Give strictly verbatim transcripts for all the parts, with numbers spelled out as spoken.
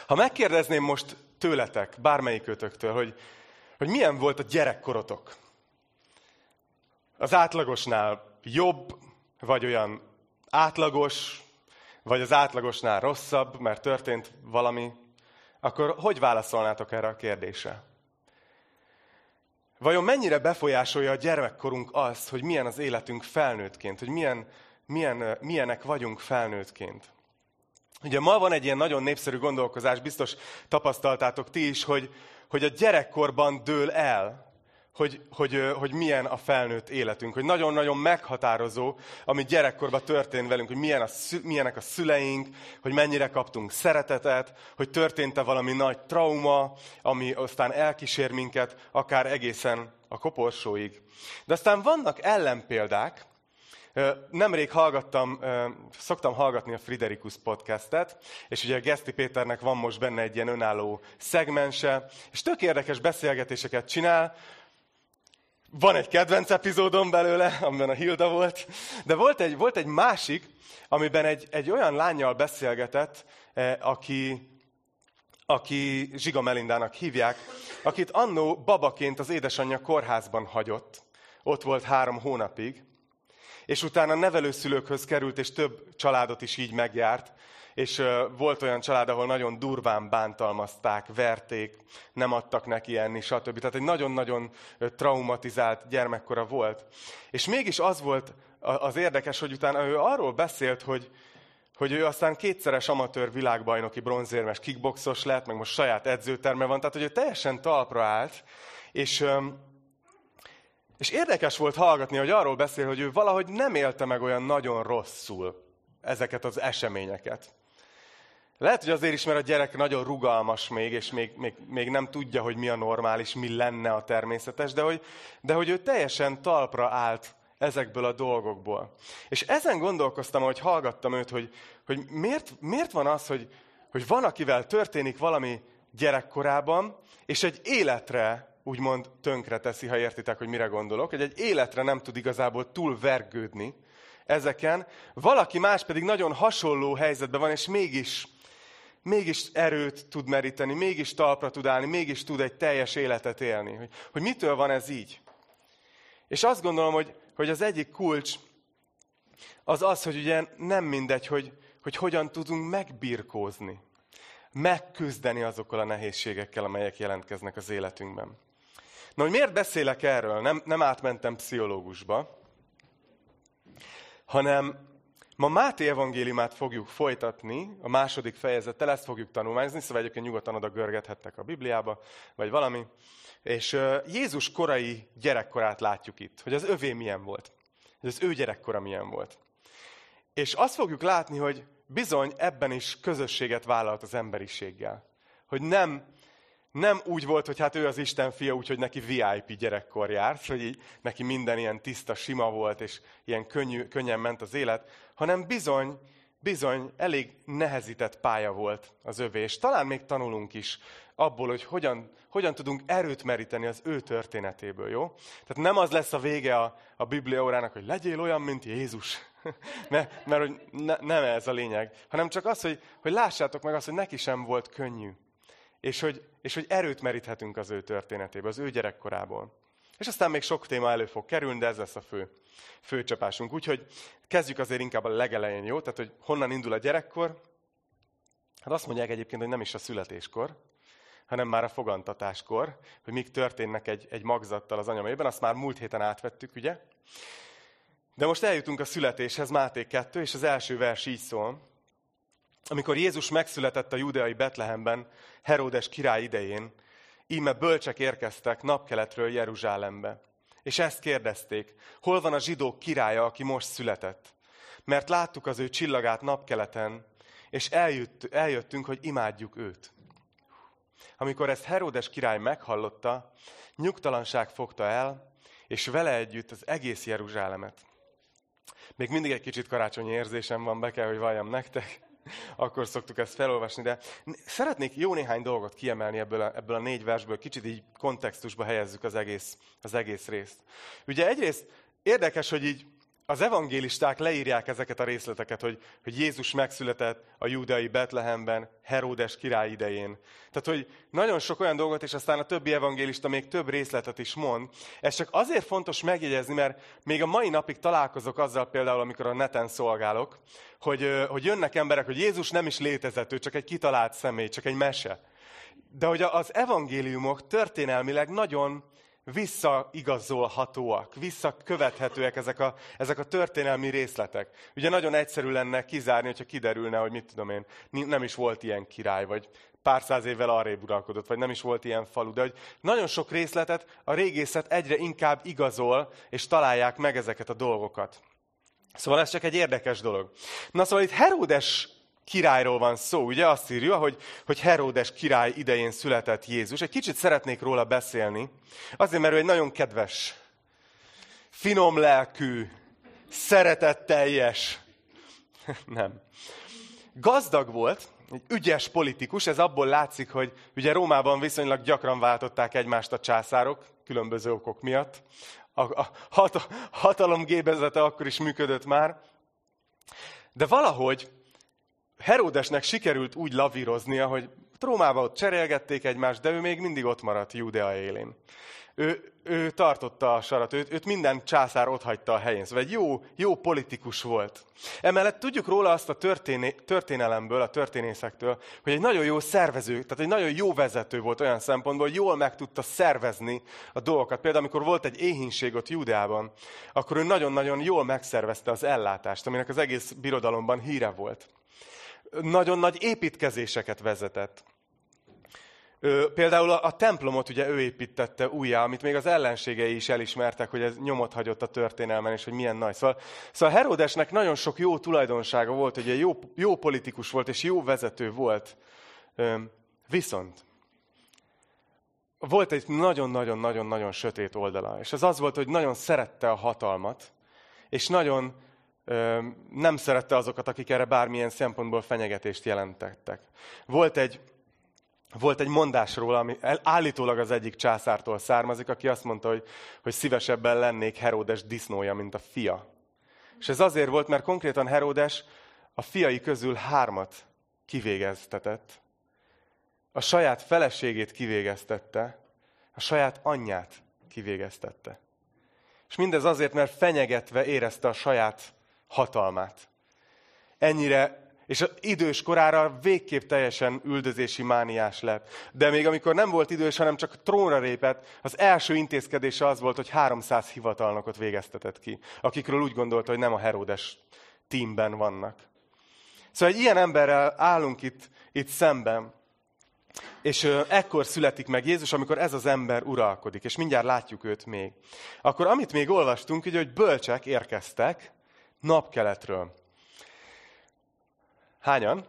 Ha megkérdezném most tőletek, bármelyikőtöktől, hogy, hogy milyen volt a gyerekkorotok, az átlagosnál jobb, vagy olyan átlagos, vagy az átlagosnál rosszabb, mert történt valami, akkor hogy válaszolnátok erre a kérdésre? Vajon mennyire befolyásolja a gyermekkorunk azt, hogy milyen az életünk felnőttként, hogy milyen, milyen, milyenek vagyunk felnőttként? Ugye ma van egy ilyen nagyon népszerű gondolkozás, biztos tapasztaltátok ti is, hogy, hogy a gyerekkorban dől el, hogy, hogy, hogy milyen a felnőtt életünk, hogy nagyon-nagyon meghatározó, ami gyerekkorban történt velünk, hogy milyen a, milyenek a szüleink, hogy mennyire kaptunk szeretetet, hogy történt-e valami nagy trauma, ami aztán elkísér minket, akár egészen a koporsóig. De aztán vannak ellenpéldák. Nemrég hallgattam, szoktam hallgatni a Friderikus podcastet, és ugye a Geszti Péternek van most benne egy ilyen önálló szegmense, és tök érdekes beszélgetéseket csinál. Van egy kedvenc epizódom belőle, amiben a Hilda volt, de volt egy, volt egy másik, amiben egy, egy olyan lánnyal beszélgetett, aki, aki Zsiga Melindának hívják, akit annó babaként az édesanyja kórházban hagyott, ott volt három hónapig, és utána nevelőszülőkhöz került, és több családot is így megjárt, és volt olyan család, ahol nagyon durván bántalmazták, verték, nem adtak neki enni, stb. Tehát egy nagyon-nagyon traumatizált gyermekkora volt. És mégis az volt az érdekes, hogy utána ő arról beszélt, hogy, hogy ő aztán kétszeres amatőr világbajnoki bronzérmes kickboxos lett, meg most saját edzőterme van, tehát hogy ő teljesen talpra állt, és... És érdekes volt hallgatni, hogy arról beszél, hogy ő valahogy nem élte meg olyan nagyon rosszul ezeket az eseményeket. Lehet, hogy azért is, mert a gyerek nagyon rugalmas még, és még, még, még nem tudja, hogy mi a normális, mi lenne a természetes, de hogy, de hogy ő teljesen talpra állt ezekből a dolgokból. És ezen gondolkoztam, ahogy hallgattam őt, hogy, hogy miért, miért van az, hogy, hogy van, akivel történik valami gyerekkorában, és egy életre úgymond tönkre teszi, ha értitek, hogy mire gondolok, hogy egy életre nem tud igazából túl vergődni ezeken, valaki más pedig nagyon hasonló helyzetben van, és mégis, mégis erőt tud meríteni, mégis talpra tud állni, mégis tud egy teljes életet élni. Hogy, hogy mitől van ez így? És azt gondolom, hogy, hogy az egyik kulcs az az, hogy ugye nem mindegy, hogy, hogy hogyan tudunk megbirkózni, megküzdeni azokkal a nehézségekkel, amelyek jelentkeznek az életünkben. Na, hogy miért beszélek erről? Nem, nem átmentem pszichológusba, hanem ma Máté evangéliumát fogjuk folytatni, a második fejezettel, ezt fogjuk tanulmányozni, szóval egyébként nyugodtan oda görgethettek a Bibliába, vagy valami. És uh, Jézus korai gyerekkorát látjuk itt, hogy az övé milyen volt, hogy az ő gyerekkora milyen volt. És azt fogjuk látni, hogy bizony ebben is közösséget vállalt az emberiséggel. Hogy nem, nem úgy volt, hogy hát ő az Isten fia, úgyhogy neki vé i pé gyerekkor járt, hogy így neki minden ilyen tiszta, sima volt, és ilyen könnyű, könnyen ment az élet, hanem bizony, bizony elég nehezített pálya volt az övé. És talán még tanulunk is abból, hogy hogyan, hogyan tudunk erőt meríteni az ő történetéből, jó? Tehát nem az lesz a vége a, a Biblia órának, hogy legyél olyan, mint Jézus. ne, mert hogy ne, nem ez a lényeg, hanem csak az, hogy, hogy lássátok meg azt, hogy neki sem volt könnyű. És hogy, és hogy erőt meríthetünk az ő történetéből, az ő gyerekkorából. És aztán még sok téma elő fog kerülni, de ez lesz a fő, fő csapásunk. Úgyhogy kezdjük azért inkább a legelején, jó? Tehát, hogy honnan indul a gyerekkor? Hát azt mondják egyébként, hogy nem is a születéskor, hanem már a fogantatáskor, hogy mik történnek egy, egy magzattal az anyaméjében. Azt már múlt héten átvettük, ugye? De most eljutunk a születéshez, Máté kettő, és az első vers így szól. Amikor Jézus megszületett a júdeai Betlehemben, Heródes király idején, íme bölcsek érkeztek napkeletről Jeruzsálembe. És ezt kérdezték, hol van a zsidók királya, aki most született? Mert láttuk az ő csillagát napkeleten, és eljött, eljöttünk, hogy imádjuk őt. Amikor ezt Heródes király meghallotta, nyugtalanság fogta el, és vele együtt az egész Jeruzsálemet. Még mindig egy kicsit karácsonyi érzésem van, be kell, hogy valljam nektek. Akkor szoktuk ezt felolvasni, de szeretnék jó néhány dolgot kiemelni ebből a, ebből a négy versből, kicsit így kontextusba helyezzük az egész, az egész részt. Ugye egyrészt érdekes, hogy így az evangélisták leírják ezeket a részleteket, hogy, hogy Jézus megszületett a júdeai Betlehemben, Heródes király idején. Tehát, hogy nagyon sok olyan dolgot, és aztán a többi evangélista még több részletet is mond. Ez csak azért fontos megjegyezni, mert még a mai napig találkozok azzal például, amikor a neten szolgálok, hogy, hogy jönnek emberek, hogy Jézus nem is létezett, ő csak egy kitalált személy, csak egy mese. De hogy az evangéliumok történelmileg nagyon visszaigazolhatóak, visszakövethetőek ezek a, ezek a történelmi részletek. Ugye nagyon egyszerű lenne kizárni, hogyha kiderülne, hogy mit tudom én, nem is volt ilyen király, vagy pár száz évvel arrébb uralkodott, vagy nem is volt ilyen falu. De hogy nagyon sok részletet a régészet egyre inkább igazol, és találják meg ezeket a dolgokat. Szóval ez csak egy érdekes dolog. Na szóval itt Heródes királyról van szó, ugye azt írja, hogy, hogy Heródes király idején született Jézus. Egy kicsit szeretnék róla beszélni, azért, mert ő egy nagyon kedves, finom lelkű, szeretetteljes, nem. Gazdag volt, egy ügyes politikus, ez abból látszik, hogy ugye Rómában viszonylag gyakran váltották egymást a császárok, különböző okok miatt. A, a hat, hatalom gébezete akkor is működött már. De valahogy Heródesnek sikerült úgy lavíroznia, hogy Rómában ott cserélgették egymást, de ő még mindig ott maradt Júdea élén. Ő, ő tartotta a sarat, őt, őt minden császár otthagyta a helyén. Szóval egy jó, jó politikus volt. Emellett tudjuk róla azt a történé, történelemből, a történészektől, hogy egy nagyon jó szervező, tehát egy nagyon jó vezető volt olyan szempontból, hogy jól meg tudta szervezni a dolgokat. Például amikor volt egy éhínség ott Júdeában, akkor ő nagyon-nagyon jól megszervezte az ellátást, aminek az egész birodalomban híre volt. Nagyon nagy építkezéseket vezetett. Ő, például a, a templomot ugye ő építette újjá, amit még az ellenségei is elismertek, hogy ez nyomot hagyott a történelmen, és hogy milyen nagy. Szóval, szóval Heródesnek nagyon sok jó tulajdonsága volt, hogy jó, jó politikus volt, és jó vezető volt. Viszont volt egy nagyon-nagyon-nagyon-nagyon sötét oldala, és az az volt, hogy nagyon szerette a hatalmat, és nagyon nem szerette azokat, akik erre bármilyen szempontból fenyegetést jelentettek. Volt egy, volt egy mondás róla, ami állítólag az egyik császártól származik, aki azt mondta, hogy, hogy szívesebben lennék Heródes disznója, mint a fia. És ez azért volt, mert konkrétan Heródes a fiai közül hármat kivégeztetett. A saját feleségét kivégeztette, a saját anyját kivégeztette. És mindez azért, mert fenyegetve érezte a saját hatalmát. Ennyire, és az idős korára végképp teljesen üldözési mániás lett. De még amikor nem volt idős, hanem csak trónra lépett, az első intézkedése az volt, hogy háromszáz hivatalnokot végeztetett ki, akikről úgy gondolta, hogy nem a Heródes tímben vannak. Szóval egy ilyen emberrel állunk itt, itt szemben, és ö, ekkor születik meg Jézus, amikor ez az ember uralkodik, és mindjárt látjuk őt még. Akkor amit még olvastunk, ugye, hogy bölcsek érkeztek napkeletről. Hányan?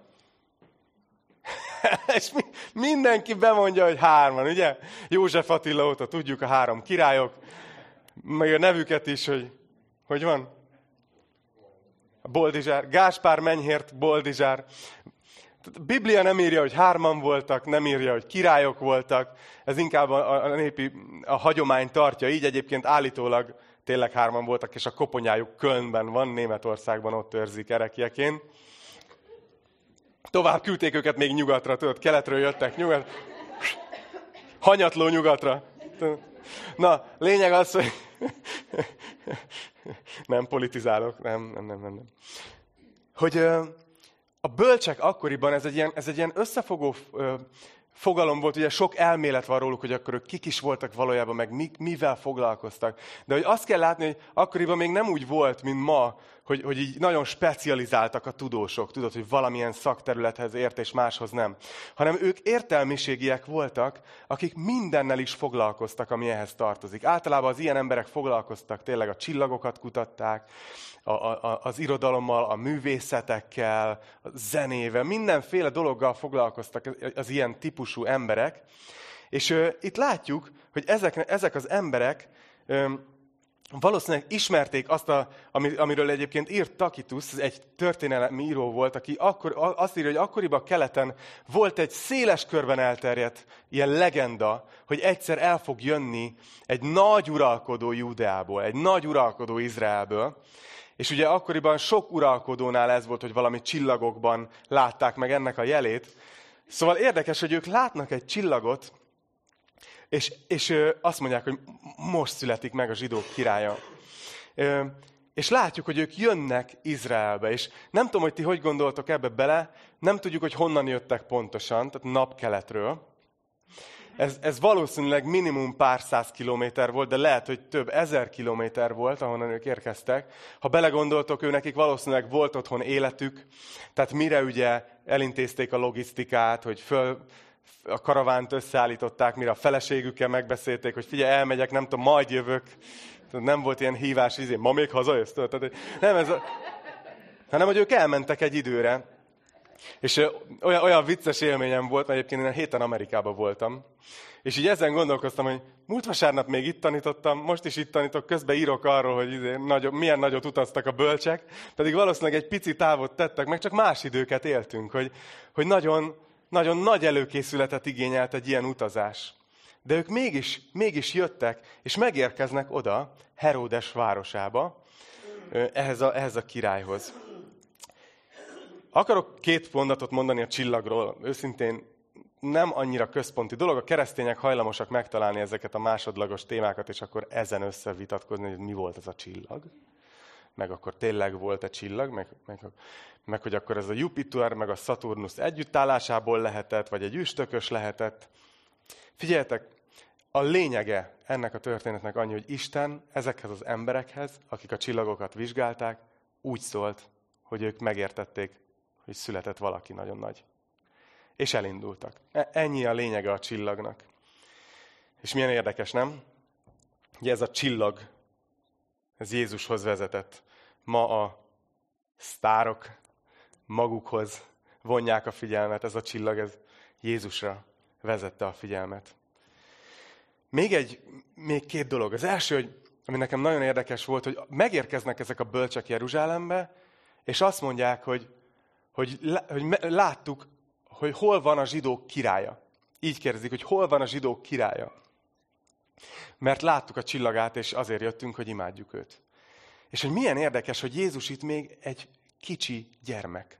És mi, mindenki bemondja, hogy hárman, ugye? József Attila óta tudjuk a három királyok, meg a nevüket is, hogy hogy van? Boldizsár, Gáspár, Menyhért, Boldizsár. A Biblia nem írja, hogy hárman voltak, nem írja, hogy királyok voltak. Ez inkább a, a népi a hagyomány tartja így. Egyébként állítólag tényleg hárman voltak, és a koponyájuk Kölnben van, Németországban ott őrzik erekjeként. Tovább küldték őket még nyugatra, tudod, keletről jöttek nyugat. Hanyatló nyugatra. Na, lényeg az, hogy nem politizálok, nem, nem, nem, nem. Hogy a bölcsek akkoriban ez egy ilyen, ez egy ilyen összefogó fogalom volt, ugye sok elmélet van róluk, hogy akkor ők kik is voltak valójában, meg mi, mivel foglalkoztak. De hogy azt kell látni, hogy akkoriban még nem úgy volt, mint ma, hogy, hogy így nagyon specializáltak a tudósok, tudod, hogy valamilyen szakterülethez ért, és máshoz nem. Hanem ők értelmiségiek voltak, akik mindennel is foglalkoztak, ami ehhez tartozik. Általában az ilyen emberek foglalkoztak, tényleg a csillagokat kutatták, a, a, az irodalommal, a művészetekkel, a zenével, mindenféle dologgal foglalkoztak az ilyen típusú emberek. És ö, itt látjuk, hogy ezek, ezek az emberek ö, valószínűleg ismerték azt, a, amiről egyébként írt Tacitus, egy történelmi író volt, aki akkor, azt írja, hogy akkoriban keleten volt egy széles körben elterjedt ilyen legenda, hogy egyszer el fog jönni egy nagy uralkodó Júdeából, egy nagy uralkodó Izraelből, És ugye akkoriban sok uralkodónál ez volt, hogy valami csillagokban látták meg ennek a jelét. Szóval érdekes, hogy ők látnak egy csillagot, és, és azt mondják, hogy most születik meg a zsidók királya. És látjuk, hogy ők jönnek Izraelbe, és nem tudom, hogy ti hogy gondoltok ebbe bele, nem tudjuk, hogy honnan jöttek pontosan, tehát napkeletről. Ez, ez valószínűleg minimum pár száz kilométer volt, de lehet, hogy több ezer kilométer volt, ahonnan ők érkeztek. Ha belegondoltok, ő nekik valószínűleg volt otthon életük, tehát mire ugye elintézték a logisztikát, hogy föl, a karavánt összeállították, mire a feleségükkel megbeszélték, hogy figyelj, elmegyek, nem tudom, majd jövök. Tehát nem volt ilyen hívás, izé, ma még hazajössz? Tehát nem ez a... hanem, hogy ők elmentek egy időre. És olyan, olyan vicces élményem volt, mert egyébként én héten Amerikában voltam. És így ezen gondolkoztam, hogy múlt vasárnap még itt tanítottam, most is itt tanítok, közben írok arról, hogy izé, nagyobb, milyen nagyot utaztak a bölcsek, pedig valószínűleg egy pici távot tettek, meg csak más időket éltünk, hogy, hogy nagyon, nagyon nagy előkészületet igényelt egy ilyen utazás. De ők mégis, mégis jöttek, és megérkeznek oda, Heródes városába, ehhez a, ehhez a királyhoz. Akarok két mondatot mondani a csillagról. Őszintén nem annyira központi dolog. A keresztények hajlamosak megtalálni ezeket a másodlagos témákat, és akkor ezen összevitatkozni, hogy mi volt ez a csillag. Meg akkor tényleg volt-e csillag, meg, meg, meg hogy akkor ez a Jupiter, meg a Szaturnusz együttállásából lehetett, vagy egy üstökös lehetett. Figyeljetek, a lényege ennek a történetnek annyi, hogy Isten ezekhez az emberekhez, akik a csillagokat vizsgálták, úgy szólt, hogy ők megértették, hogy született valaki nagyon nagy. És elindultak. Ennyi a lényege a csillagnak. És milyen érdekes, nem? Ugye ez a csillag, ez Jézushoz vezetett. Ma a sztárok magukhoz vonják a figyelmet. Ez a csillag, ez Jézusra vezette a figyelmet. Még egy, még két dolog. Az első, hogy, ami nekem nagyon érdekes volt, hogy megérkeznek ezek a bölcsek Jeruzsálembe, és azt mondják, hogy, hogy, hogy láttuk, hogy hol van a zsidók királya. Így kérdezik, hogy hol van a zsidók királya. Mert láttuk a csillagát, és azért jöttünk, hogy imádjuk őt. És hogy milyen érdekes, hogy Jézus itt még egy kicsi gyermek.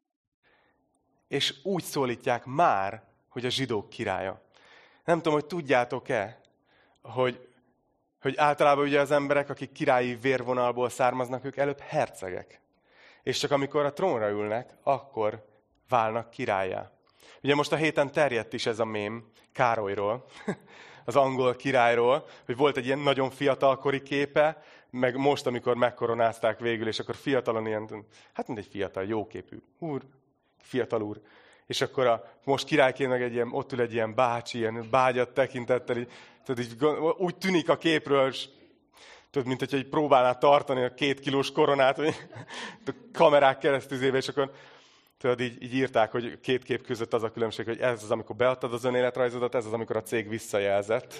És úgy szólítják már, hogy a zsidók királya. Nem tudom, hogy tudjátok-e, hogy, hogy általában ugye az emberek, akik királyi vérvonalból származnak, ők előbb hercegek. És csak amikor a trónra ülnek, akkor válnak királlyá. Ugye most a héten terjedt is ez a mém Károlyról, az angol királyról, hogy volt egy ilyen nagyon fiatalkori képe, meg most, amikor megkoronázták végül, és akkor fiatalon ilyen, hát mint egy fiatal, jóképű úr, fiatal úr. És akkor a, most királyként meg egy ilyen, ott ül egy ilyen bácsi, ilyen bágyat tekintettel, így, tudod, így, úgy tűnik a képről, és, tudod, mint hogyha így próbálná tartani a két kilós koronát, vagy a kamerák keresztüzébe, és akkor tudod, így, így írták, hogy két kép között az a különbség, hogy ez az, amikor beadtad az önéletrajzodat, ez az, amikor a cég visszajelzett.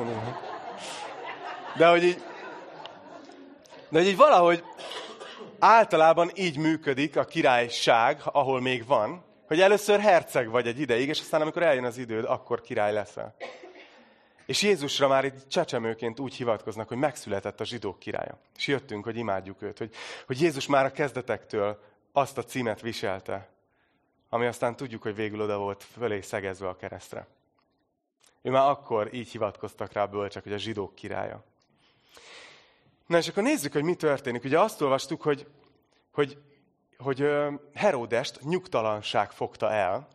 De hogy így, de hogy így valahogy általában így működik a királyság, ahol még van, hogy először herceg vagy egy ideig, és aztán amikor eljön az időd, akkor király leszel. És Jézusra már itt csecsemőként úgy hivatkoznak, hogy megszületett a zsidók királya. És jöttünk, hogy imádjuk őt. Hogy, hogy Jézus már a kezdetektől azt a címet viselte, ami aztán tudjuk, hogy végül oda volt fölé szegezve a keresztre. Ő már akkor így hivatkoztak rá bölcsek, hogy a zsidók királya. Na és akkor nézzük, hogy mi történik. Ugye azt olvastuk, hogy, hogy, hogy Heródest nyugtalanság fogta el,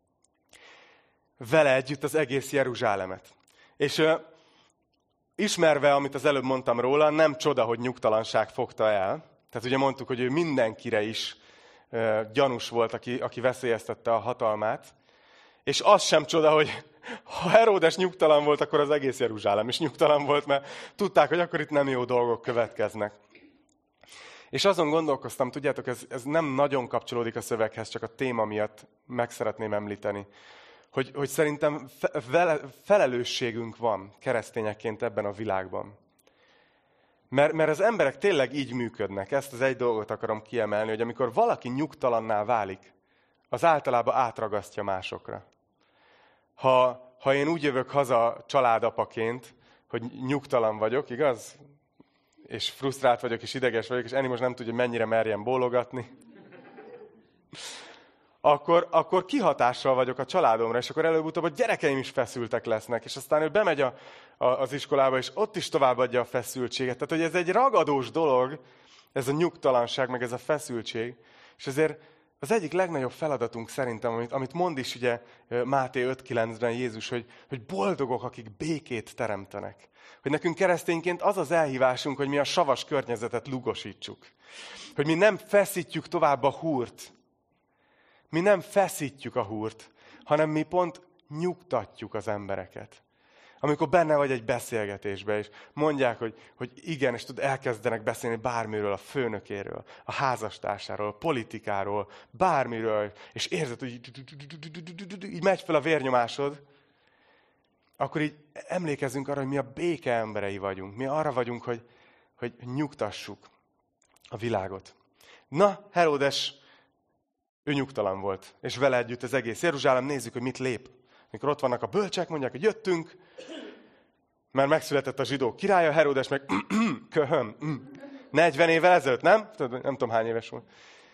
vele együtt az egész Jeruzsálemet. És ö, ismerve, amit az előbb mondtam róla, nem csoda, hogy nyugtalanság fogta el. Tehát ugye mondtuk, hogy ő mindenkire is ö, gyanús volt, aki, aki veszélyeztette a hatalmát. És az sem csoda, hogy ha Heródes nyugtalan volt, akkor az egész Jeruzsálem is nyugtalan volt, mert tudták, hogy akkor itt nem jó dolgok következnek. És azon gondolkoztam, tudjátok, ez, ez nem nagyon kapcsolódik a szöveghez, csak a téma miatt meg szeretném említeni. Hogy, hogy szerintem fe, felelősségünk van keresztényekként ebben a világban. Mert, mert az emberek tényleg így működnek. Ezt az egy dolgot akarom kiemelni, hogy amikor valaki nyugtalanná válik, az általában átragasztja másokra. Ha, ha én úgy jövök haza családapaként, hogy nyugtalan vagyok, igaz? és frusztrált vagyok, és ideges vagyok, és Eni most nem tudja, mennyire merjen bólogatni, akkor, akkor kihatással vagyok a családomra, és akkor előbb-utóbb a gyerekeim is feszültek lesznek, és aztán ő bemegy a, a, az iskolába, és ott is továbbadja a feszültséget. Tehát, hogy ez egy ragadós dolog, ez a nyugtalanság, meg ez a feszültség, és ezért az egyik legnagyobb feladatunk szerintem, amit, amit mond is ugye Máté öt kilencben Jézus, hogy, hogy boldogok, akik békét teremtenek. Hogy nekünk keresztényként az az elhívásunk, hogy mi a savas környezetet lugosítsuk. Hogy mi nem feszítjük tovább a húrt. Mi nem feszítjük a húrt, hanem mi pont nyugtatjuk az embereket. Amikor benne vagy egy beszélgetésben, és mondják, hogy, hogy igen, és tud, elkezdenek beszélni bármiről, a főnökéről, a házastársáról, a politikáról, bármiről, és érzed, hogy így megy fel a vérnyomásod, akkor így emlékezzünk arra, hogy mi a béke emberei vagyunk. Mi arra vagyunk, hogy, hogy nyugtassuk a világot. Na, Heródes, ő nyugtalan volt, és vele együtt az egész Jeruzsálem, nézzük, hogy mit lép. Mikor ott vannak a bölcsek, mondják, hogy jöttünk, mert megszületett a zsidók királya, Heródes meg köhöm, negyven évvel ezelőtt, nem? Nem tudom, hány éves volt.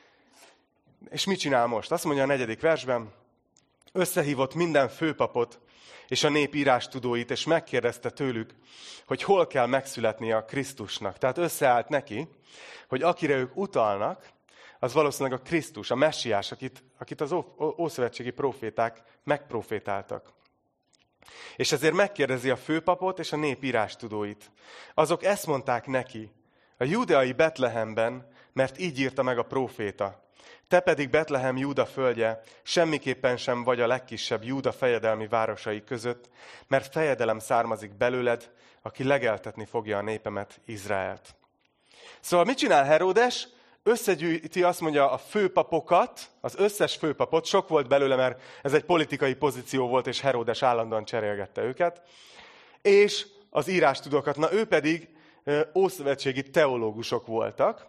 És mit csinál most? Azt mondja a negyedik versben, összehívott minden főpapot és a nép írástudóit, és megkérdezte tőlük, hogy hol kell megszületnie a Krisztusnak. Tehát összeállt neki, hogy akire ők utalnak, az valószínűleg a Krisztus, a messiás, akit, akit az ó, ó, ószövetségi proféták megprofétáltak. És ezért megkérdezi a főpapot és a nép írástudóit. Azok ezt mondták neki, a júdeai Betlehemben, mert így írta meg a próféta. Te pedig Betlehem Júda földje, semmiképpen sem vagy a legkisebb Júda fejedelmi városai között, mert fejedelem származik belőled, aki legeltetni fogja a népemet, Izraelt. Szóval mit csinál Heródes? Összegyűjti, azt mondja, a főpapokat, az összes főpapot, sok volt belőle, mert ez egy politikai pozíció volt, és Heródes állandóan cserélgette őket, és az írástudókat, na ő pedig ószövetségi teológusok voltak,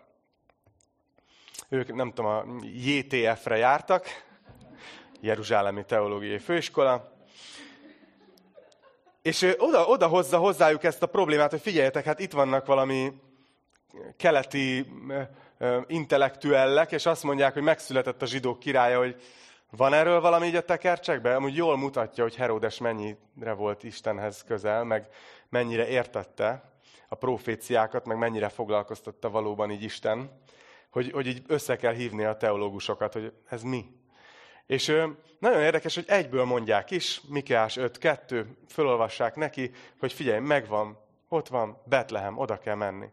ők nem tudom, a jé té ef-re jártak, Jeruzsálemi Teológiai Főiskola, és oda, oda hozza hozzájuk ezt a problémát, hogy figyeljetek, hát itt vannak valami keleti intellektuellek, és azt mondják, hogy megszületett a zsidók királya, hogy van erről valami így a tekercsekben? Amúgy jól mutatja, hogy Heródes mennyire volt Istenhez közel, meg mennyire értette a proféciákat, meg mennyire foglalkoztatta valóban így Isten, hogy, hogy így össze kell hívni a teológusokat, hogy ez mi. És nagyon érdekes, hogy egyből mondják is, Mikeás öt kettő, fölolvassák neki, hogy figyelj, megvan, ott van, Betlehem, oda kell menni.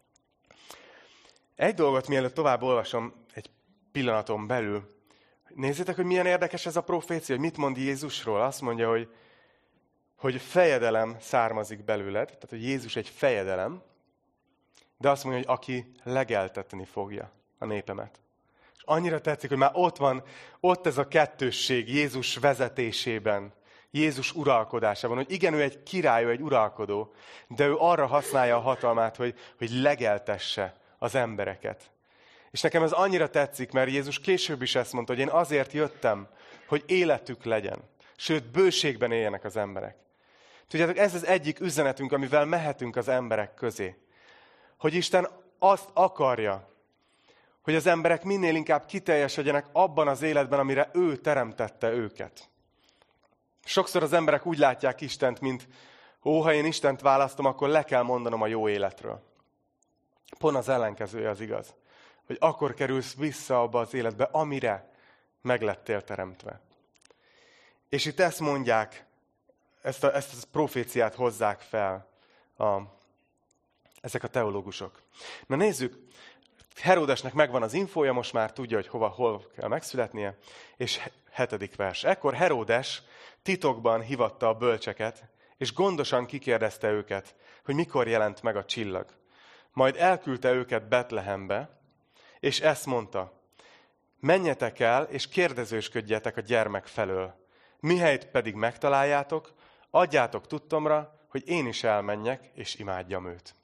Egy dolgot, mielőtt tovább olvasom egy pillanaton belül. Nézzétek, hogy milyen érdekes ez a profécia, hogy mit mond Jézusról. Azt mondja, hogy, hogy fejedelem származik belőled, tehát hogy Jézus egy fejedelem, de azt mondja, hogy aki legeltetni fogja a népemet. És annyira tetszik, hogy már ott van, ott ez a kettősség Jézus vezetésében, Jézus uralkodásában, hogy igen, ő egy király, ő egy uralkodó, de ő arra használja a hatalmát, hogy, hogy legeltesse az embereket. És nekem ez annyira tetszik, mert Jézus később is ezt mondta, hogy én azért jöttem, hogy életük legyen. Sőt, bőségben éljenek az emberek. Tudjátok, ez az egyik üzenetünk, amivel mehetünk az emberek közé. Hogy Isten azt akarja, hogy az emberek minél inkább kiteljesedjenek abban az életben, amire ő teremtette őket. Sokszor az emberek úgy látják Istent, mint ó, ha én Istent választom, akkor le kell mondanom a jó életről. Pont az ellenkezője az igaz. Hogy akkor kerülsz vissza abba az életbe, amire meglettél teremtve. És itt ezt mondják, ezt a, ezt a proféciát hozzák fel a, ezek a teológusok. Na nézzük, Heródesnek megvan az infója, most már tudja, hogy hova, hol kell megszületnie, és hetedik vers. Ekkor Heródes titokban hívatta a bölcseket, és gondosan kikérdezte őket, hogy mikor jelent meg a csillag. Majd elküldte őket Betlehembe, és ezt mondta, menjetek el, és kérdezősködjetek a gyermek felől. Mihelyt pedig megtaláljátok, adjátok tudtomra, hogy én is elmenjek, és imádjam őt.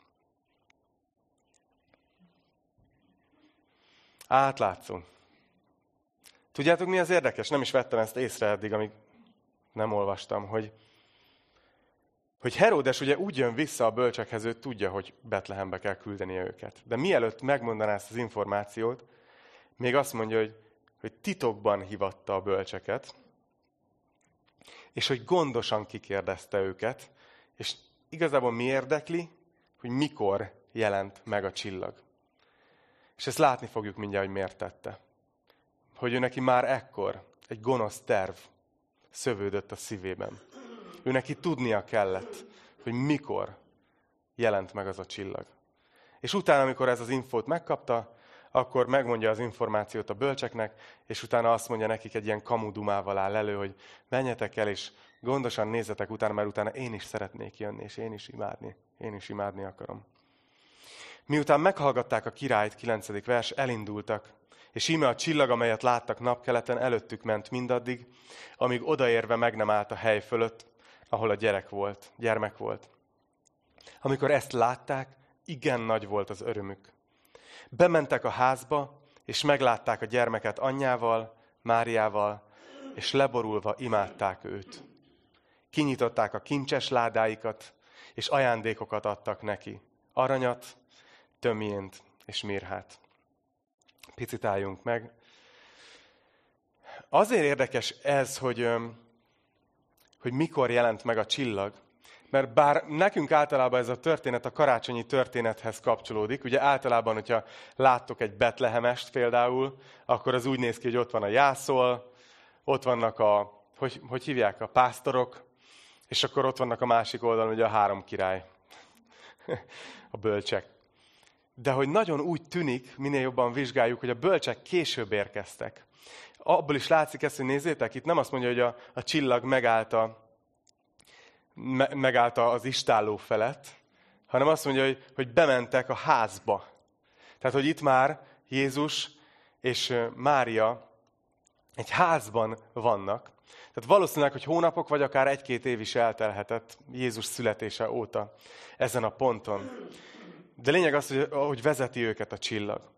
Átlátszó. Tudjátok, mi az érdekes? Nem is vettem ezt észre eddig, amíg nem olvastam, hogy, hogy Heródes ugye úgy jön vissza a bölcsekhez, ő tudja, hogy Betlehembe kell küldenie őket. De mielőtt megmondaná ezt az információt, még azt mondja, hogy, hogy titokban hívatta a bölcseket, és hogy gondosan kikérdezte őket, és igazából mi érdekli, hogy mikor jelent meg a csillag. És ezt látni fogjuk mindjárt, hogy miért tette. Hogy ő neki már ekkor egy gonosz terv szövődött a szívében. Ő neki tudnia kellett, hogy mikor jelent meg az a csillag. És utána, amikor ez az infót megkapta, akkor megmondja az információt a bölcseknek, és utána azt mondja nekik, egy ilyen kamudumával áll elő, hogy menjetek el, és gondosan nézzetek utána, mert utána én is szeretnék jönni, és én is imádni. Én is imádni akarom. Miután meghallgatták a királyt, kilencedik vers, elindultak, és íme a csillag, amelyet láttak napkeleten, előttük ment mindaddig, amíg odaérve meg nem állt a hely fölött, ahol a gyerek volt, gyermek volt. Amikor ezt látták, igen nagy volt az örömük. Bementek a házba, és meglátták a gyermeket anyjával, Máriával, és leborulva imádták őt. Kinyitották a kincses ládáikat, és ajándékokat adtak neki. Aranyat, tömjént és mirhát. Picit álljunk meg. Azért érdekes ez, hogy, hogy mikor jelent meg a csillag, mert bár nekünk általában ez a történet a karácsonyi történethez kapcsolódik, ugye általában, hogyha láttok egy betlehemest például, akkor az úgy néz ki, hogy ott van a jászol, ott vannak a, hogy, hogy hívják, a pásztorok, és akkor ott vannak a másik oldalon ugye a három király, a bölcsek. De hogy nagyon úgy tűnik, minél jobban vizsgáljuk, hogy a bölcsek később érkeztek. Abból is látszik ezt, hogy nézzétek, itt nem azt mondja, hogy a, a csillag megállt, a, me, megállt az istálló felett, hanem azt mondja, hogy, hogy bementek a házba. Tehát, hogy itt már Jézus és Mária egy házban vannak. Tehát valószínűleg, hogy hónapok, vagy akár egy-két év is eltelhetett Jézus születése óta ezen a ponton. De lényeg az, hogy, hogy vezeti őket a csillag.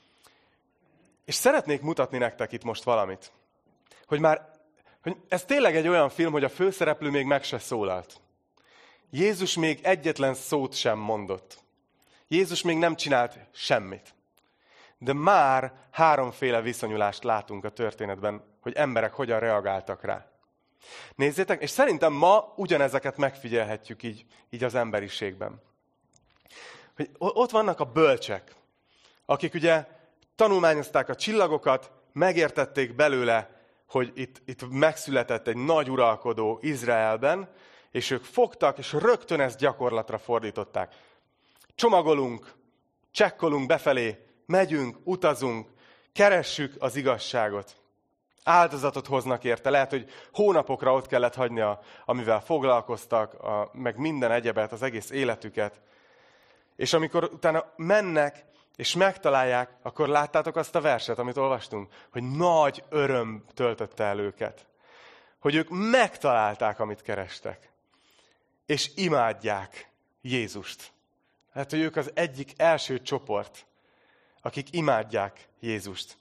És szeretnék mutatni nektek itt most valamit. Hogy már, hogy ez tényleg egy olyan film, hogy a főszereplő még meg se szólalt. Jézus még egyetlen szót sem mondott. Jézus még nem csinált semmit. De már háromféle viszonyulást látunk a történetben, hogy emberek hogyan reagáltak rá. Nézzétek, és szerintem ma ugyanezeket megfigyelhetjük így, így az emberiségben. Hogy ott vannak a bölcsek, akik ugye tanulmányozták a csillagokat, megértették belőle, hogy itt, itt megszületett egy nagy uralkodó Izraelben, és ők fogtak, és rögtön ezt gyakorlatra fordították. Csomagolunk, csekkolunk befelé, megyünk, utazunk, keressük az igazságot. Áldozatot hoznak érte. Lehet, hogy hónapokra ott kellett hagyni, a, amivel foglalkoztak, a, meg minden egyebet, az egész életüket. És amikor utána mennek, és megtalálják, akkor láttátok azt a verset, amit olvastunk? Hogy nagy öröm töltötte el őket. Hogy ők megtalálták, amit kerestek. És imádják Jézust. Hát, hogy ők az egyik első csoport, akik imádják Jézust.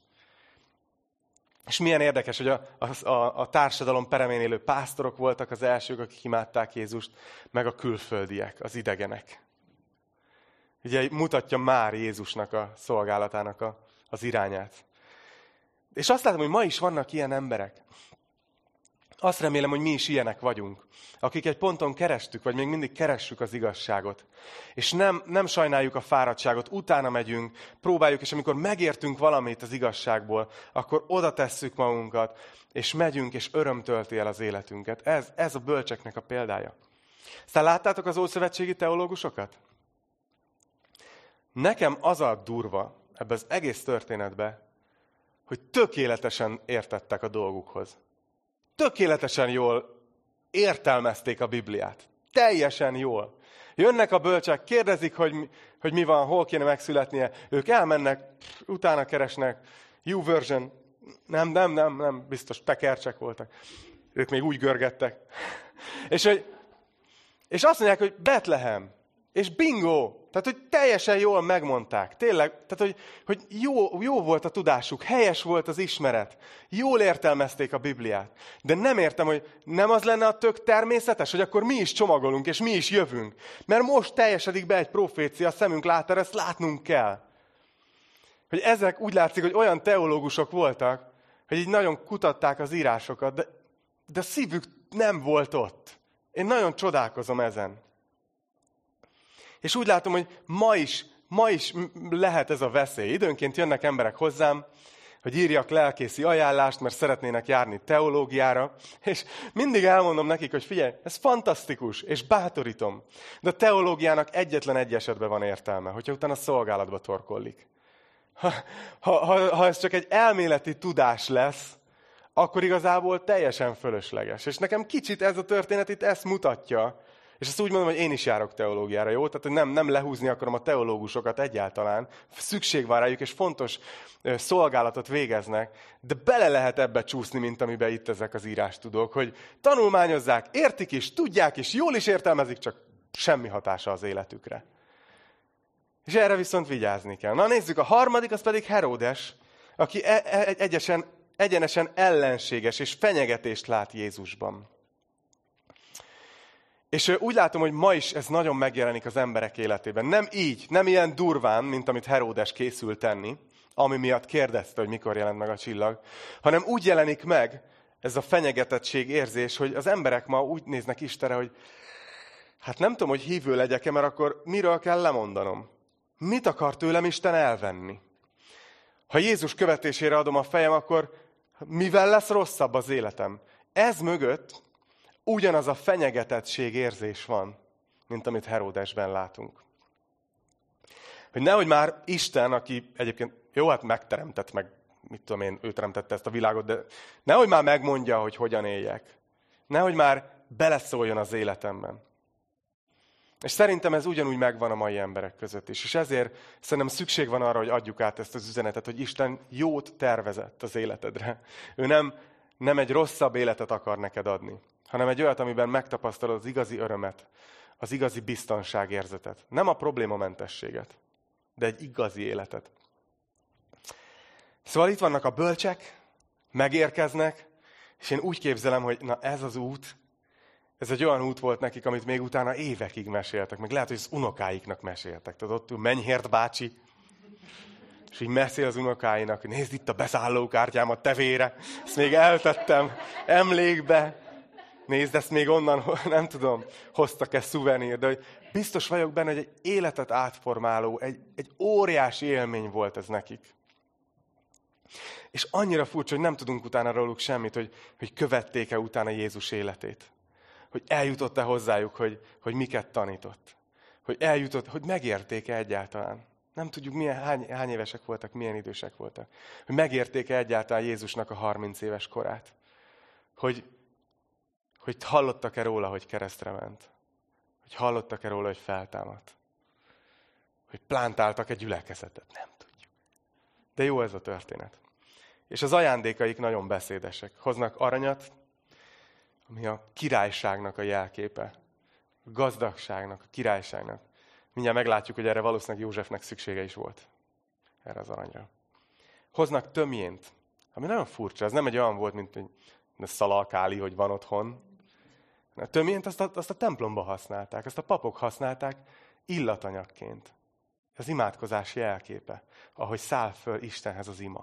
És milyen érdekes, hogy a, a, a társadalom peremén élő pásztorok voltak az elsők, akik imádták Jézust, meg a külföldiek, az idegenek. Ugye mutatja már Jézusnak a szolgálatának a, az irányát. És azt látom, hogy ma is vannak ilyen emberek. Azt remélem, hogy mi is ilyenek vagyunk, akik egy ponton kerestük, vagy még mindig keressük az igazságot. És nem, nem sajnáljuk a fáradtságot, utána megyünk, próbáljuk, és amikor megértünk valamit az igazságból, akkor oda tesszük magunkat, és megyünk, és öröm tölti el az életünket. Ez, ez a bölcseknek a példája. Aztán láttátok az ószövetségi teológusokat? Nekem az a durva ebbe az egész történetbe, hogy tökéletesen értettek a dolgukhoz. Tökéletesen jól értelmezték a Bibliát. Teljesen jól. Jönnek a bölcsek, kérdezik, hogy, hogy mi van, hol kéne megszületnie. Ők elmennek, utána keresnek. You version. Nem, nem, nem, nem, biztos tekercsek voltak. Ők még úgy görgettek. és, hogy, és azt mondják, hogy Betlehem. És bingo! Tehát, hogy teljesen jól megmondták. Tényleg, tehát, hogy, hogy jó, jó volt a tudásuk, helyes volt az ismeret. Jól értelmezték a Bibliát. De nem értem, hogy nem az lenne a tök természetes, hogy akkor mi is csomagolunk, és mi is jövünk. Mert most teljesedik be egy profécia, a szemünk látára, ezt látnunk kell. Hogy ezek úgy látszik, hogy olyan teológusok voltak, hogy így nagyon kutatták az írásokat, de, de szívük nem volt ott. Én nagyon csodálkozom ezen. És úgy látom, hogy ma is, ma is lehet ez a veszély. Időnként jönnek emberek hozzám, hogy írjak lelkészi ajánlást, mert szeretnének járni teológiára, és mindig elmondom nekik, hogy figyelj, ez fantasztikus, és bátorítom. De a teológiának egyetlen egy esetben van értelme, hogyha utána szolgálatba torkollik. Ha, ha, ha, ha ez csak egy elméleti tudás lesz, akkor igazából teljesen fölösleges. És nekem kicsit ez a történet itt ezt mutatja, és ezt úgy mondom, hogy én is járok teológiára, jó? Tehát nem, nem lehúzni akarom a teológusokat egyáltalán. Szükség van rájuk, és fontos szolgálatot végeznek, de bele lehet ebbe csúszni, mint amiben itt ezek az írástudók, hogy tanulmányozzák, értik is, tudják is, jól is értelmezik, csak semmi hatása az életükre. És erre viszont vigyázni kell. Na nézzük, a harmadik, az pedig Heródes, aki e- e- egyesen, egyenesen ellenséges és fenyegetést lát Jézusban. És úgy látom, hogy ma is ez nagyon megjelenik az emberek életében. Nem így, nem ilyen durván, mint amit Heródes készült tenni, ami miatt kérdezte, hogy mikor jelent meg a csillag, hanem úgy jelenik meg ez a fenyegetettség érzés, hogy az emberek ma úgy néznek Istenre, hogy hát nem tudom, hogy hívő legyek-e, mert akkor miről kell lemondanom? Mit akar tőlem Isten elvenni? Ha Jézus követésére adom a fejem, akkor mivel lesz rosszabb az életem? Ez mögött ugyanaz a fenyegetettség érzés van, mint amit Heródesben látunk. Hogy nehogy már Isten, aki egyébként, jó, hát megteremtett, meg mit tudom én, ő teremtette ezt a világot, de nehogy már megmondja, hogy hogyan éljek. Nehogy már beleszóljon az életemben. És szerintem ez ugyanúgy megvan a mai emberek között is. És ezért szerintem szükség van arra, hogy adjuk át ezt az üzenetet, hogy Isten jót tervezett az életedre. Ő nem, nem egy rosszabb életet akar neked adni, hanem egy olyat, amiben megtapasztalod az igazi örömet, az igazi biztonságérzetet. Nem a problémamentességet, de egy igazi életet. Szóval itt vannak a bölcsek, megérkeznek, és én úgy képzelem, hogy na ez az út, ez egy olyan út volt nekik, amit még utána évekig meséltek, meg lehet, hogy az unokáiknak meséltek. Tudod, ott ül Menyhért bácsi, és így mesél az unokáinak, hogy nézd itt a beszállókártyámat tevére, ezt még eltettem emlékbe. Nézd, ezt még onnan, nem tudom, hoztak-e szuvenír, de hogy biztos vagyok benne, hogy egy életet átformáló, egy, egy óriási élmény volt ez nekik. És annyira furcsa, hogy nem tudunk utána róluk semmit, hogy, hogy követték-e utána Jézus életét. Hogy eljutott-e hozzájuk, hogy, hogy miket tanított. Hogy eljutott, hogy megérték-e egyáltalán. Nem tudjuk, milyen, hány, hány évesek voltak, milyen idősek voltak. Hogy megérték-e egyáltalán Jézusnak a harminc éves korát. Hogy, hogy hallottak-e róla, hogy keresztre ment. Hogy hallottak-e róla, hogy feltámadt. Hogy plántáltak-e gyülekezetet. Nem tudjuk. De jó ez a történet. És az ajándékaik nagyon beszédesek. Hoznak aranyat, ami a királyságnak a jelképe. A gazdagságnak, a királyságnak. Mindjárt meglátjuk, hogy erre valószínűleg Józsefnek szüksége is volt. Erre az aranyra. Hoznak tömjént, ami nagyon furcsa. Ez nem egy olyan volt, mint a szalalkáli, hogy van otthon. A tömjént azt a, azt a templomba használták, azt a papok használták illatanyagként. Az imádkozás jelképe, ahogy száll föl Istenhez az ima.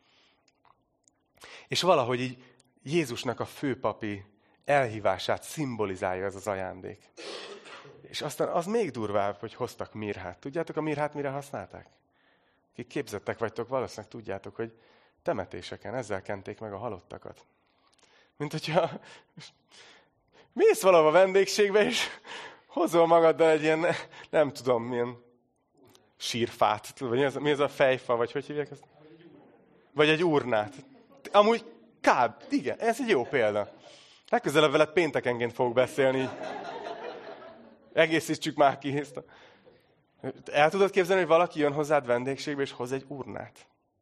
És valahogy így Jézusnak a főpapi elhívását szimbolizálja ez az ajándék. És aztán az még durvább, hogy hoztak mirhát. Tudjátok, a mirhát mire használták? Akik képzettek vagytok, valószínűleg tudjátok, hogy temetéseken ezzel kenték meg a halottakat. Mint hogyha mész valahova vendégségbe, és hozol magaddal egy ilyen, nem tudom, milyen sírfát. Tudod, mi ez, mi ez a fejfa, vagy hogy hívják ezt? Vagy egy urnát. Amúgy kád, igen, ez egy jó példa. Legközelebb veled péntekenként fogok beszélni. Egészítsük már ki. El tudod képzelni, hogy valaki jön hozzád vendégségbe, és hoz egy urnát?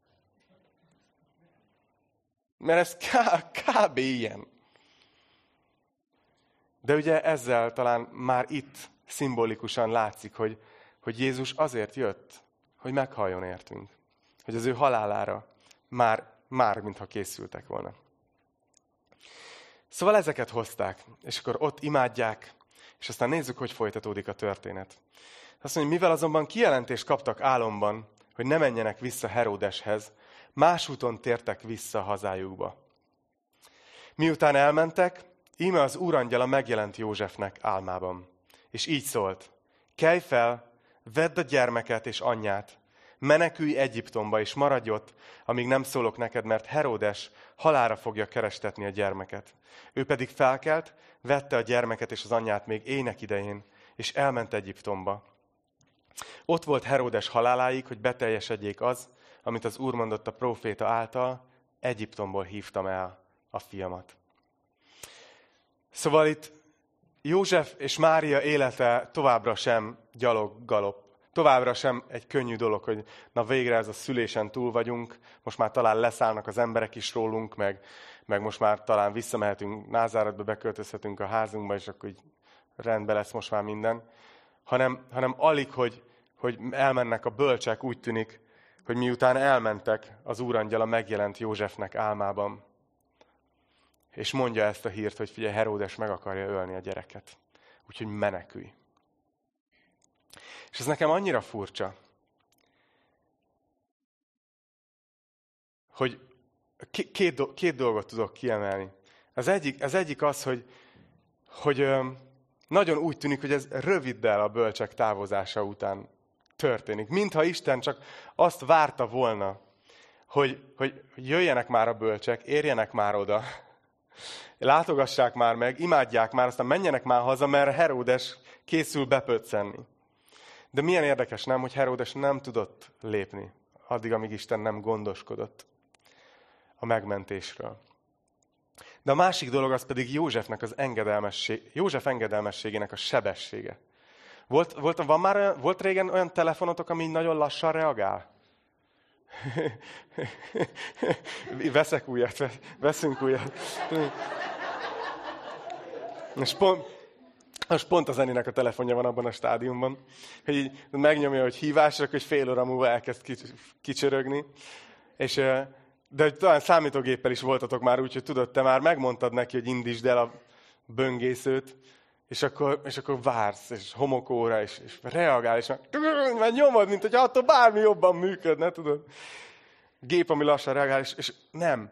Mert ez kb. Ilyen. De ugye ezzel talán már itt szimbolikusan látszik, hogy, hogy Jézus azért jött, hogy meghalljon értünk. Hogy az ő halálára már, már mintha készültek volna. Szóval ezeket hozták, és akkor ott imádják, és aztán nézzük, hogy folytatódik a történet. Azt mondja, mivel azonban kijelentést kaptak álomban, hogy ne menjenek vissza Heródeshez, más úton tértek vissza hazájukba. Miután elmentek, íme az úrangyala megjelent Józsefnek álmában. És így szólt, kelj fel, vedd a gyermeket és anyját, menekülj Egyiptomba, és maradj ott, amíg nem szólok neked, mert Heródes halálra fogja kerestetni a gyermeket. Ő pedig felkelt, vette a gyermeket és az anyját még ének idején, és elment Egyiptomba. Ott volt Heródes haláláig, hogy beteljesedjék az, amit az Úr mondott a próféta által, Egyiptomból hívtam el a fiamat. Szóval itt József és Mária élete továbbra sem gyalog-galop. Továbbra sem egy könnyű dolog, hogy na végre ez a szülésen túl vagyunk, most már talán leszállnak az emberek is rólunk, meg, meg most már talán visszamehetünk Názáretbe, beköltözhetünk a házunkba, és akkor így rendben lesz most már minden. Hanem, hanem alig, hogy, hogy elmennek a bölcsek, úgy tűnik, hogy miután elmentek, az úrangyala megjelent Józsefnek álmában. És mondja ezt a hírt, hogy figyelj, Heródes meg akarja ölni a gyereket. Úgyhogy menekülj. És ez nekem annyira furcsa, hogy két, két dolgot tudok kiemelni. Az egyik, az egyik az, hogy, hogy nagyon úgy tűnik, hogy ez röviddel a bölcsek távozása után történik. Mintha Isten csak azt várta volna, hogy, hogy jöjjenek már a bölcsek, érjenek már oda, látogassák már meg, imádják már, aztán menjenek már haza, mert Heródes készül bepöccenni. De milyen érdekes, nem, hogy Heródes nem tudott lépni, addig, amíg Isten nem gondoskodott a megmentésről. De a másik dolog az pedig Józsefnek az engedelmesség, József engedelmességének a sebessége. Volt, volt, van már olyan, volt régen olyan telefonotok, ami nagyon lassan reagál? Veszek újat, veszünk újat. És pont, most pont az Eninek a telefonja van abban a stádiumban, hogy így megnyomja, hogy hívás, akkor fél óra múlva elkezd kicsörögni. És, de talán számítógéppel is voltatok már úgy, hogy tudod, te már megmondtad neki, hogy indítsd el a böngészőt, és akkor, és akkor vársz, és homokóra, és, és reagál, és már, már nyomod, mint hogy attól bármi jobban működne, tudod. Gép, ami lassan reagál, és, és nem.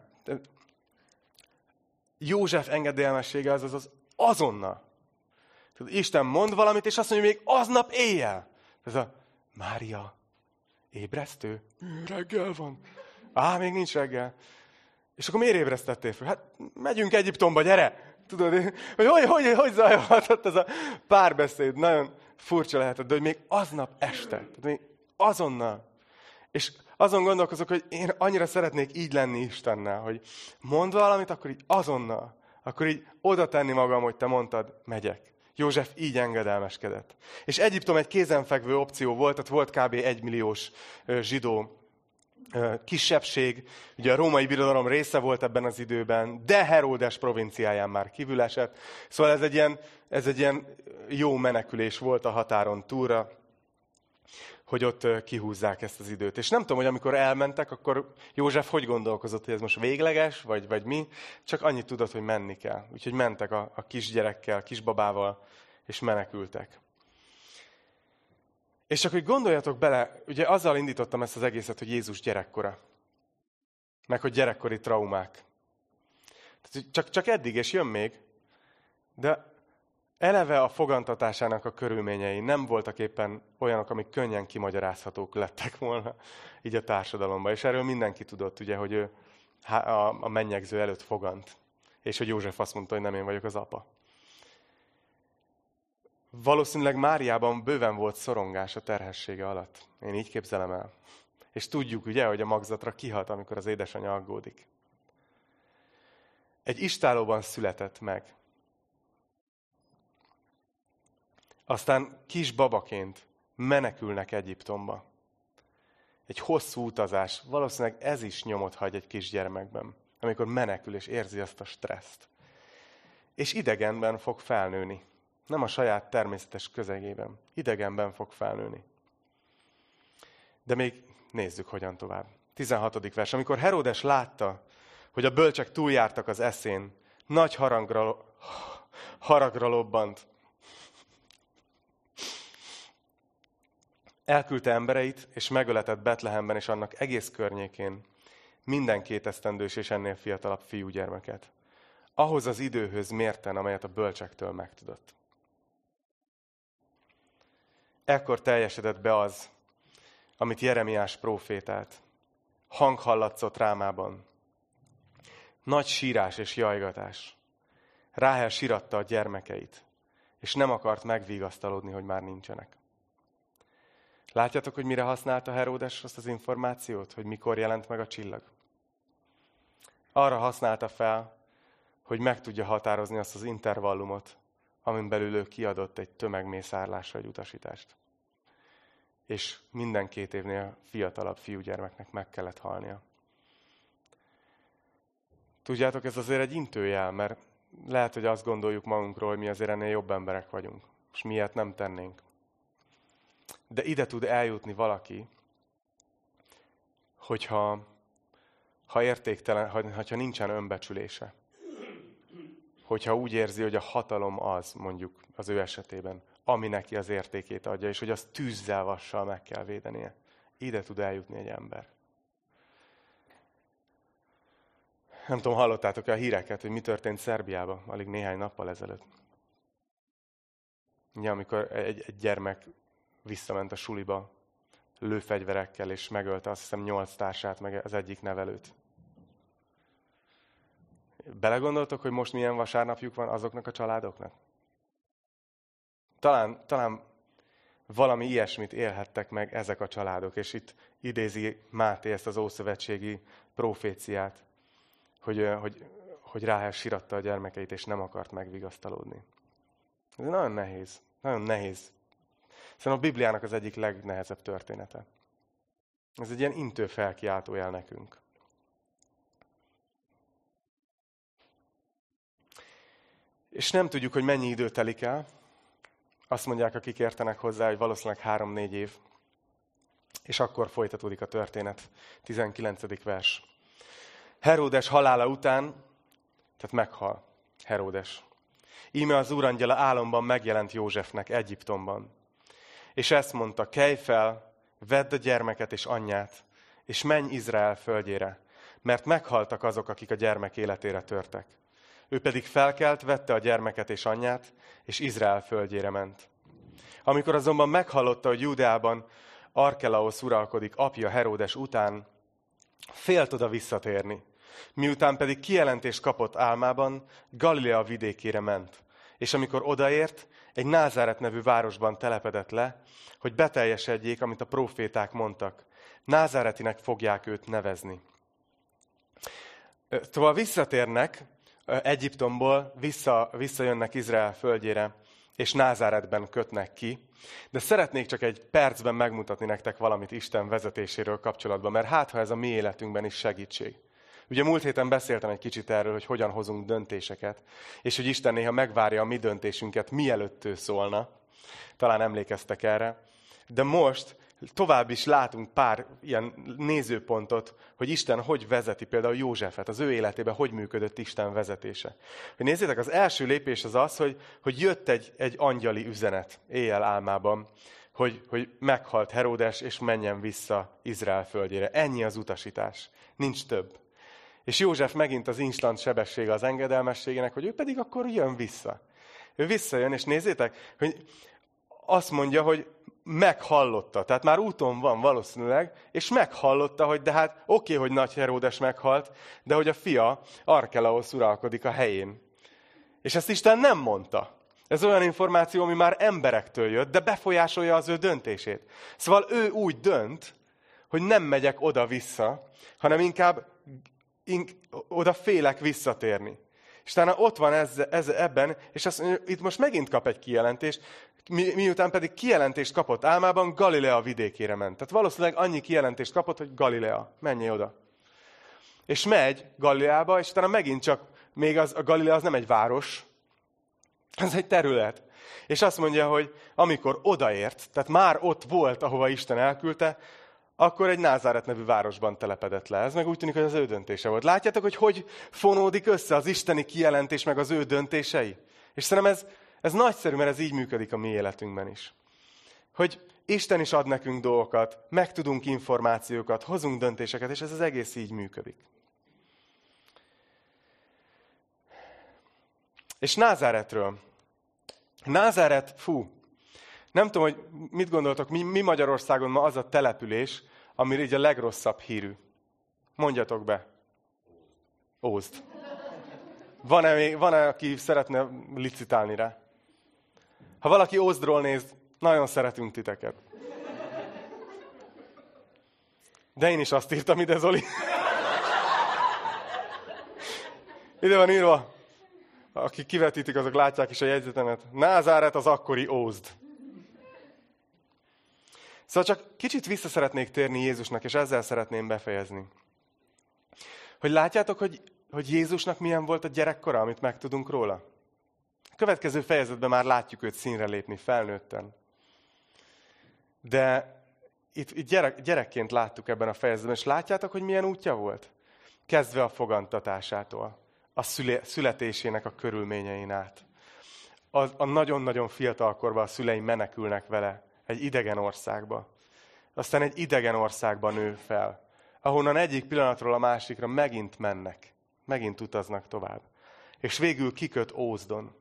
József engedelmessége az az, az azonnal. Tehát Isten mond valamit, és azt mondja, még aznap éjjel. Ez a Mária, ébresztő? Reggel van. Á, még nincs reggel. És akkor miért ébresztettél fel? Hát megyünk Egyiptomba, gyere! Tudod, hogy hogy, hogy, hogy zajolhatott ez a párbeszéd. Nagyon furcsa lehetett, de hogy még aznap este. Tehát még azonnal. És azon gondolkozok, hogy én annyira szeretnék így lenni Istennel, hogy mond valamit, akkor így azonnal. Akkor így oda tenni magam, hogy te mondtad, megyek. József így engedelmeskedett. És Egyiptom egy kézenfekvő opció volt, ott volt kb. egymilliós zsidó kisebbség. Ugye a római birodalom része volt ebben az időben, de Heródes provinciáján már kívül esett. Szóval ez egy ilyen, ez egy ilyen jó menekülés volt a határon túlra, hogy ott kihúzzák ezt az időt. És nem tudom, hogy amikor elmentek, akkor József hogy gondolkozott, hogy ez most végleges, vagy, vagy mi, csak annyit tudott, hogy menni kell. Úgyhogy mentek a, a kisgyerekkel, kisbabával, és menekültek. És csak hogy gondoljatok bele, ugye azzal indítottam ezt az egészet, hogy Jézus gyerekkora. Meg hogy gyerekkori traumák. Tehát csak, csak eddig, és jön még, de eleve a fogantatásának a körülményei nem voltak éppen olyanok, amik könnyen kimagyarázhatók lettek volna így a társadalomban. És erről mindenki tudott, ugye, hogy ő a mennyegző előtt fogant. És hogy József azt mondta, hogy nem én vagyok az apa. Valószínűleg Máriában bőven volt szorongás a terhessége alatt. Én így képzelem el. És tudjuk, ugye, hogy a magzatra kihat, amikor az édesanyja aggódik. Egy istállóban született meg. Aztán kis babaként menekülnek Egyiptomba. Egy hosszú utazás. Valószínűleg ez is nyomot hagy egy kisgyermekben, amikor menekül és érzi azt a stresszt. És idegenben fog felnőni. Nem a saját természetes közegében. Idegenben fog felnőni. De még nézzük, hogyan tovább. tizenhatodik vers. Amikor Heródes látta, hogy a bölcsek túljártak az eszén, nagy haragra, haragra lobbant. Elküldte embereit, és megöletett Betlehemben és annak egész környékén minden két esztendős és ennél fiatalabb fiúgyermeket. Ahhoz az időhöz mérten, amelyet a bölcsektől megtudott. Ekkor teljesedett be az, amit Jeremiás prófétált. Hang hallatszott Rámában. Nagy sírás és jajgatás. Ráhel síratta a gyermekeit, és nem akart megvigasztalodni, hogy már nincsenek. Látjátok, hogy mire használta Heródes azt az információt, hogy mikor jelent meg a csillag? Arra használta fel, hogy meg tudja határozni azt az intervallumot, amin belül ő kiadott egy tömegmészárlásra egy utasítást. És minden két évnél fiatalabb fiúgyermeknek meg kellett halnia. Tudjátok, ez azért egy intőjel, mert lehet, hogy azt gondoljuk magunkról, hogy mi azért ennél jobb emberek vagyunk, és miért nem tennénk. De ide tud eljutni valaki, hogyha ha értéktelen, hogyha nincsen önbecsülése. Hogyha úgy érzi, hogy a hatalom az, mondjuk az ő esetében, ami neki az értékét adja, és hogy azt tűzzel, vassal meg kell védenie. Ide tud eljutni egy ember. Nem tudom, hallottátok-e a híreket, hogy mi történt Szerbiában alig néhány nappal ezelőtt. Ja, amikor egy, egy gyermek visszament a suliba lőfegyverekkel, és megölte azt hiszem nyolc társát, meg az egyik nevelőt. Belegondoltok, hogy most milyen vasárnapjuk van azoknak a családoknak? Talán, talán valami ilyesmit élhettek meg ezek a családok, és itt idézi Máté ezt az ószövetségi proféciát, hogy, hogy, hogy Ráhel síratta a gyermekeit, és nem akart megvigasztalódni. Ez nagyon nehéz, nagyon nehéz. Szerintem a Bibliának az egyik legnehezebb története. Ez egy ilyen intő felkiáltójel nekünk. És nem tudjuk, hogy mennyi idő telik el. Azt mondják, akik értenek hozzá, hogy valószínűleg három-négy év. És akkor folytatódik a történet. tizenkilencedik vers. Heródes halála után, tehát meghal Heródes. Íme az úrangyala álomban megjelent Józsefnek Egyiptomban. És ezt mondta, kelj fel, vedd a gyermeket és anyját, és menj Izrael földjére, mert meghaltak azok, akik a gyermek életére törtek. Ő pedig felkelt, vette a gyermeket és anyját, és Izrael földjére ment. Amikor azonban meghallotta, hogy Júdeában Arkelaosz uralkodik apja Heródes után, félt oda visszatérni. Miután pedig kijelentést kapott álmában, Galilea vidékére ment. És amikor odaért, egy Názáret nevű városban telepedett le, hogy beteljesedjék, amit a próféták mondtak. Názáretinek fogják őt nevezni. Szóval visszatérnek Egyiptomból, vissza, visszajönnek Izrael földjére, és Názáretben kötnek ki. De szeretnék csak egy percben megmutatni nektek valamit Isten vezetéséről kapcsolatban, mert hát, ha ez a mi életünkben is segítség. Ugye múlt héten beszéltem egy kicsit erről, hogy hogyan hozunk döntéseket, és hogy Isten néha megvárja a mi döntésünket, mielőtt ő szólna. Talán emlékeztek erre. De most tovább is látunk pár ilyen nézőpontot, hogy Isten hogy vezeti például Józsefet, az ő életében hogy működött Isten vezetése. Hogy nézzétek, az első lépés az az, hogy, hogy jött egy, egy angyali üzenet éjjel álmában, hogy, hogy meghalt Heródes, és menjen vissza Izrael földjére. Ennyi az utasítás. Nincs több. És József megint az instant sebessége az engedelmességének, hogy ő pedig akkor jön vissza. Ő visszajön, és nézzétek, hogy azt mondja, hogy meghallotta. Tehát már úton van valószínűleg, és meghallotta, hogy de hát oké, hogy nagy Heródes meghalt, de hogy a fia Arkelaosz uralkodik a helyén. És ezt Isten nem mondta. Ez olyan információ, ami már emberektől jött, de befolyásolja az ő döntését. Szóval ő úgy dönt, hogy nem megyek oda-vissza, hanem inkább ink, oda félek visszatérni. És talán ott van ez, ez, ebben, és azt mondja, itt most megint kap egy kijelentést, mi, miután pedig kijelentést kapott álmában, Galilea vidékére ment. Tehát valószínűleg annyi kijelentést kapott, hogy Galilea, menjél oda. És megy Galileába, és utána megint csak, még az, a Galilea az nem egy város, Ez egy terület. És azt mondja, hogy amikor odaért, tehát már ott volt, ahova Isten elküldte, akkor egy Názáret nevű városban telepedett le. Ez meg úgy tűnik, hogy az ő döntése volt. Látjátok, hogy hogy fonódik össze az isteni kijelentés meg az ő döntései? És szerintem ez, ez nagyszerű, mert ez így működik a mi életünkben is. Hogy Isten is ad nekünk dolgokat, megtudunk információkat, hozunk döntéseket, és ez az egész így működik. És Názáretről. Názáret, fú, nem tudom, hogy mit gondoltok, mi, mi Magyarországon ma az a település, ami így a legrosszabb hírű. Mondjatok be. Ózd. Van-e, van-e, aki szeretne licitálni rá? Ha valaki Ózdról néz, nagyon szeretünk titeket. De én is azt írtam ide, Zoli. Ide van írva. Akik kivetítik, azok látják is a jegyzetemet. Názáret az akkori Ózd. Szóval csak kicsit vissza szeretnék térni Jézusnak, és ezzel szeretném befejezni. Hogy látjátok, hogy, hogy Jézusnak milyen volt a gyerekkora, amit megtudunk róla? A következő fejezetben már látjuk őt színre lépni, felnőtten. De itt, itt gyerek, gyerekként láttuk ebben a fejezetben, és látjátok, hogy milyen útja volt? Kezdve a fogantatásától, a szüle, születésének a körülményein át. A, a nagyon-nagyon fiatal korban a szülei menekülnek vele egy idegen országba. Aztán egy idegen országban nő fel, ahonnan egyik pillanatról a másikra megint mennek, megint utaznak tovább. És végül kiköt Ózdon.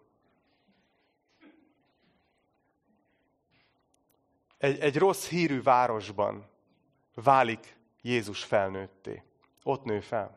Egy, egy rossz hírű városban válik Jézus felnőtté. Ott nő fel.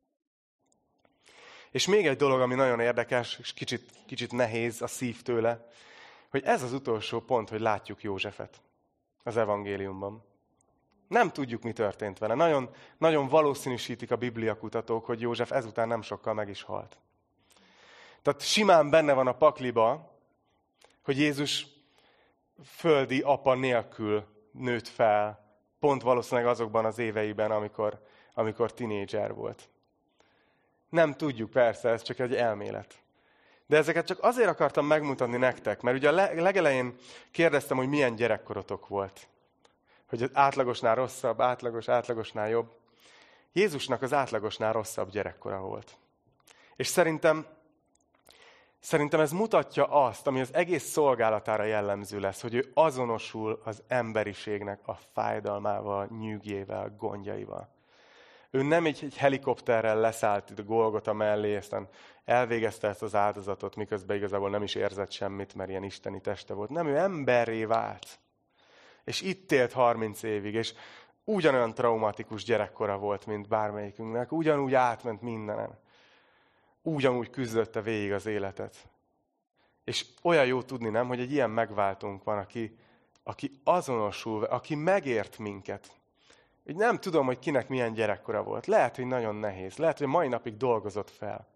És még egy dolog, ami nagyon érdekes, és kicsit, kicsit nehéz a szív tőle, hogy ez az utolsó pont, hogy látjuk Józsefet az evangéliumban. Nem tudjuk, mi történt vele. Nagyon, nagyon valószínűsítik a bibliakutatók, hogy József ezután nem sokkal meg is halt. Tehát simán benne van a pakliba, hogy Jézus földi apa nélkül nőtt fel, pont valószínűleg azokban az éveiben, amikor, amikor tinédzser volt. Nem tudjuk, persze, ez csak egy elmélet. De ezeket csak azért akartam megmutatni nektek, mert ugye a legelején kérdeztem, hogy milyen gyerekkorotok volt. Hogy az átlagosnál rosszabb, átlagos, átlagosnál jobb. Jézusnak az átlagosnál rosszabb gyerekkora volt. És szerintem, szerintem ez mutatja azt, ami az egész szolgálatára jellemző lesz, hogy ő azonosul az emberiségnek a fájdalmával, nyűgével, gondjaival. Ő nem egy, egy helikopterrel leszállt itt a Golgota mellé, aztán elvégezte ezt az áldozatot, miközben igazából nem is érzett semmit, mert ilyen isteni teste volt. Nem, ő emberré vált. És itt élt harminc évig, és ugyanolyan traumatikus gyerekkora volt, mint bármelyikünknek. Ugyanúgy átment mindenen. Ugyanúgy küzdötte végig az életet. És olyan jó tudni, nem, hogy egy ilyen megváltunk van, aki, aki azonosul, aki megért minket. Így nem tudom, hogy kinek milyen gyerekkora volt. Lehet, hogy nagyon nehéz. Lehet, hogy mai napig dolgozott fel.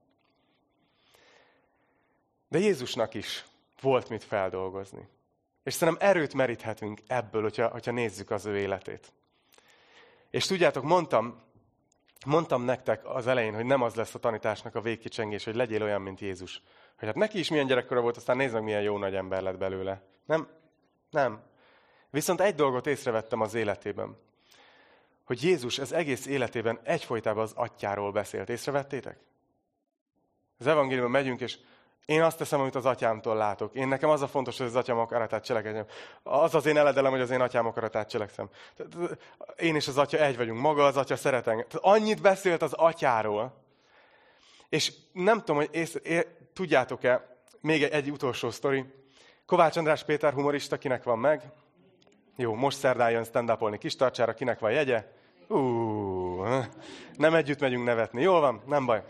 De Jézusnak is volt mit feldolgozni. És szerintem erőt meríthetünk ebből, hogyha, hogyha nézzük az ő életét. És tudjátok, mondtam, mondtam nektek az elején, hogy nem az lesz a tanításnak a végkicsengés, hogy legyél olyan, mint Jézus. Hogy hát neki is milyen gyerekkora volt, aztán nézd meg, milyen jó nagy ember lett belőle. Nem? Nem. Viszont egy dolgot észrevettem az életében. Hogy Jézus az egész életében egyfolytában az atyáról beszélt. Észrevettétek? Az evangéliumban megyünk, és én azt teszem, amit az atyámtól látok. Én nekem az a fontos, hogy az atyám akaratát cselekedjem. Az az én eledelem, hogy az én atyám akaratát cselekszem. Én és az atya egy vagyunk. Maga az atya szeret engem. Annyit beszélt az atyáról. És nem tudom, hogy ész, é, tudjátok-e, még egy, egy utolsó sztori. Kovács András Péter humorista, kinek van meg? Jó, most szerdán jön stand-upolni Kistarcsára, kinek van jegye? Ú, nem együtt megyünk nevetni. Jól van, nem baj.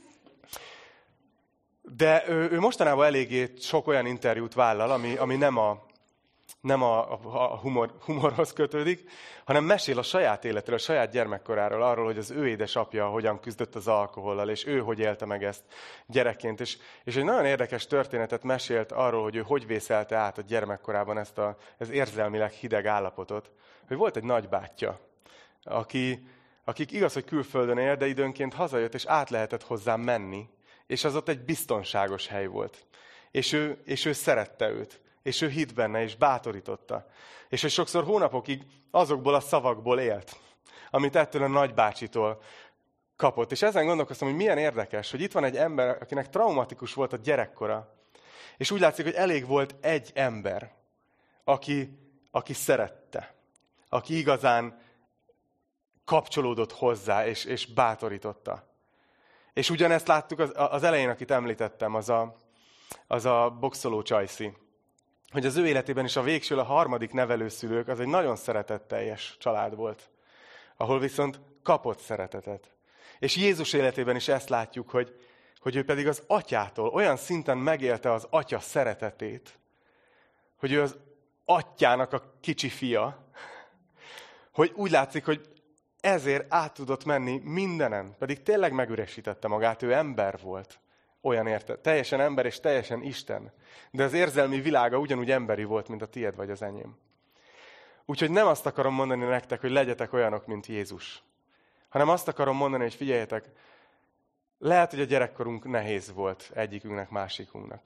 De ő, ő mostanában eléggé sok olyan interjút vállal, ami, ami nem, a, nem a, a humor, humorhoz kötődik, hanem mesél a saját életről, a saját gyermekkoráról, arról, hogy az ő édesapja hogyan küzdött az alkohollal, és ő hogy élte meg ezt gyerekként. És, és egy nagyon érdekes történetet mesélt arról, hogy ő hogy vészelte át a gyermekkorában ezt az ez érzelmileg hideg állapotot. Hogy volt egy nagybátyja, aki, akik igaz, hogy külföldön él, de időnként hazajött, és át lehetett hozzá menni, és az ott egy biztonságos hely volt. És ő, és ő szerette őt. És ő hitt benne, és bátorította. És hogy sokszor hónapokig azokból a szavakból élt, amit ettől a nagybácsitól kapott. És ezen gondolkoztam, hogy milyen érdekes, hogy itt van egy ember, akinek traumatikus volt a gyerekkora. És úgy látszik, hogy elég volt egy ember, aki, aki szerette. Aki igazán kapcsolódott hozzá, és, és bátorította. És ugyanezt láttuk az, az elején, akit említettem, az a, az a boxoló Csajci. Hogy az ő életében is a végső, a harmadik nevelőszülők, az egy nagyon szeretetteljes család volt. Ahol viszont kapott szeretetet. És Jézus életében is ezt látjuk, hogy, hogy ő pedig az atyától olyan szinten megélte az atya szeretetét, hogy ő az atyának a kicsi fia, hogy úgy látszik, hogy ezért át tudott menni mindenen, pedig tényleg megüresítette magát, ő ember volt. Olyan érte, teljesen ember és teljesen Isten. De az érzelmi világa ugyanúgy emberi volt, mint a tied vagy az enyém. Úgyhogy nem azt akarom mondani nektek, hogy legyetek olyanok, mint Jézus. Hanem azt akarom mondani, hogy figyeljetek, lehet, hogy a gyerekkorunk nehéz volt egyikünknek, másikunknak.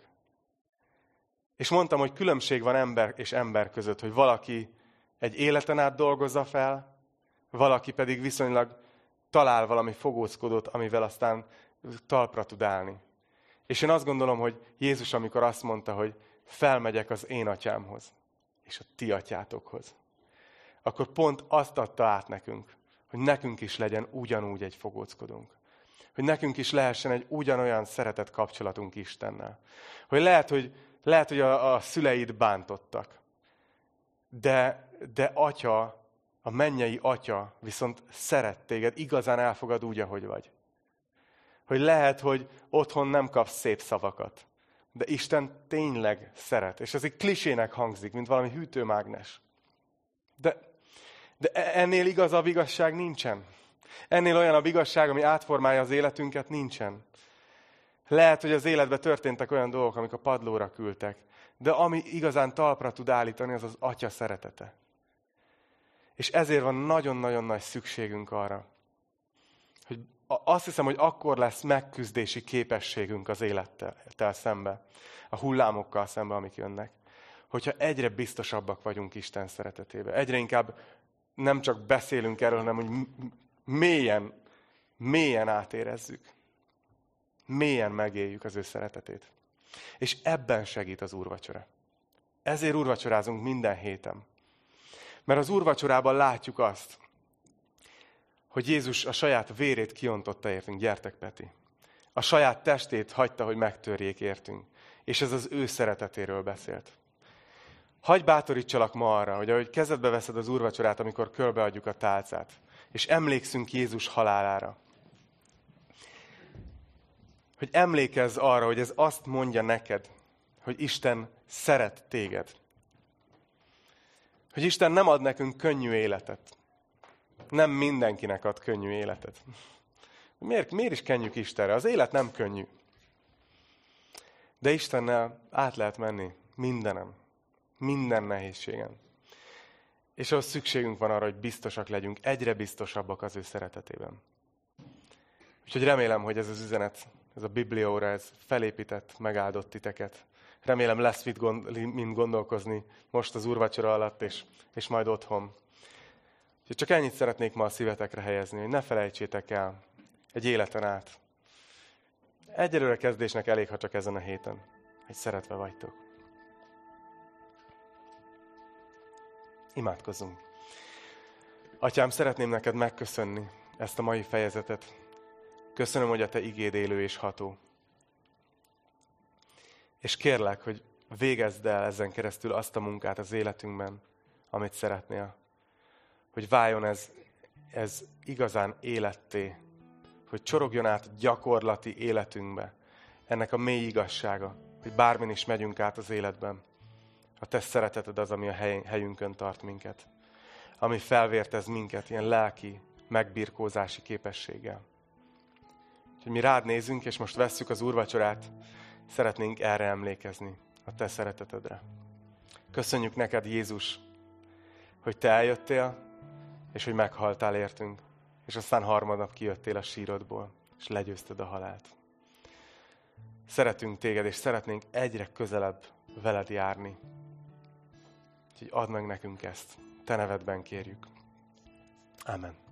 És mondtam, hogy különbség van ember és ember között, hogy valaki egy életen át dolgozza fel, valaki pedig viszonylag talál valami fogózkodót, amivel aztán talpra tud állni. És én azt gondolom, hogy Jézus, amikor azt mondta, hogy felmegyek az én atyámhoz, és a ti atyátokhoz, akkor pont azt adta át nekünk, hogy nekünk is legyen ugyanúgy egy fogózkodónk. Hogy nekünk is lehessen egy ugyanolyan szeretett kapcsolatunk Istennel. Hogy lehet, hogy, lehet, hogy a, a szüleid bántottak, de, de atya, a mennyei atya viszont szeret téged, igazán elfogad úgy, ahogy vagy. Hogy lehet, hogy otthon nem kapsz szép szavakat, de Isten tényleg szeret. És ez egy klisének hangzik, mint valami hűtőmágnes. De, de ennél igazabb igazság nincsen. Ennél olyan a igazság, ami átformálja az életünket, nincsen. Lehet, hogy az életben történtek olyan dolgok, amik a padlóra küldtek, de ami igazán talpra tud állítani, az az atya szeretete. És ezért van nagyon-nagyon nagy szükségünk arra, hogy azt hiszem, hogy akkor lesz megküzdési képességünk az élettel szembe, a hullámokkal szembe, amik jönnek, hogyha egyre biztosabbak vagyunk Isten szeretetében. Egyre inkább nem csak beszélünk erről, hanem hogy mélyen, mélyen átérezzük. Mélyen megéljük az ő szeretetét. És ebben segít az úrvacsora. Ezért úrvacsorázunk minden héten. Mert az úrvacsorában látjuk azt, hogy Jézus a saját vérét kiontotta értünk. Gyertek, Peti! A saját testét hagyta, hogy megtörjék értünk. És ez az ő szeretetéről beszélt. Hagy bátorítsalak ma arra, hogy ahogy kezedbe veszed az úrvacsorát, amikor körbeadjuk a tálcát, és emlékszünk Jézus halálára. Hogy emlékezz arra, hogy ez azt mondja neked, hogy Isten szeret téged. Hogy Isten nem ad nekünk könnyű életet. Nem mindenkinek ad könnyű életet. Miért, miért is kenjük Istenre? Az élet nem könnyű. De Istennel át lehet menni mindenem. Minden nehézségen. És ahhoz szükségünk van arra, hogy biztosak legyünk, egyre biztosabbak az ő szeretetében. Úgyhogy remélem, hogy ez az üzenet, ez a biblióra, ez felépített, megáldott titeket. Remélem lesz mit gond, mind gondolkozni most az úrvacsora alatt, és, és majd otthon. Úgyhogy csak ennyit szeretnék ma a szívetekre helyezni, hogy ne felejtsétek el egy életen át. Egyelőre kezdésnek elég, ha csak ezen a héten, hogy szeretve vagytok. Imádkozzunk. Atyám, szeretném neked megköszönni ezt a mai fejezetet. Köszönöm, hogy a te igéd élő és ható. És kérlek, hogy végezd el ezen keresztül azt a munkát az életünkben, amit szeretnél. Hogy váljon ez, ez igazán életté, hogy csorogjon át gyakorlati életünkbe ennek a mély igazsága, hogy bármin is megyünk át az életben. A te szereteted az, ami a hely, helyünkön tart minket. Ami felvértez minket ilyen lelki, megbirkózási képességgel. Úgyhogy mi rád nézünk, és most vesszük az úrvacsorát, szeretnénk erre emlékezni, a te szeretetedre. Köszönjük neked, Jézus, hogy te eljöttél, és hogy meghaltál értünk, és aztán harmadnap kijöttél a sírodból, és legyőzted a halált. szeretünk téged, és szeretnénk egyre közelebb veled járni. Úgyhogy add meg nekünk ezt. Te nevedben kérjük. Amen.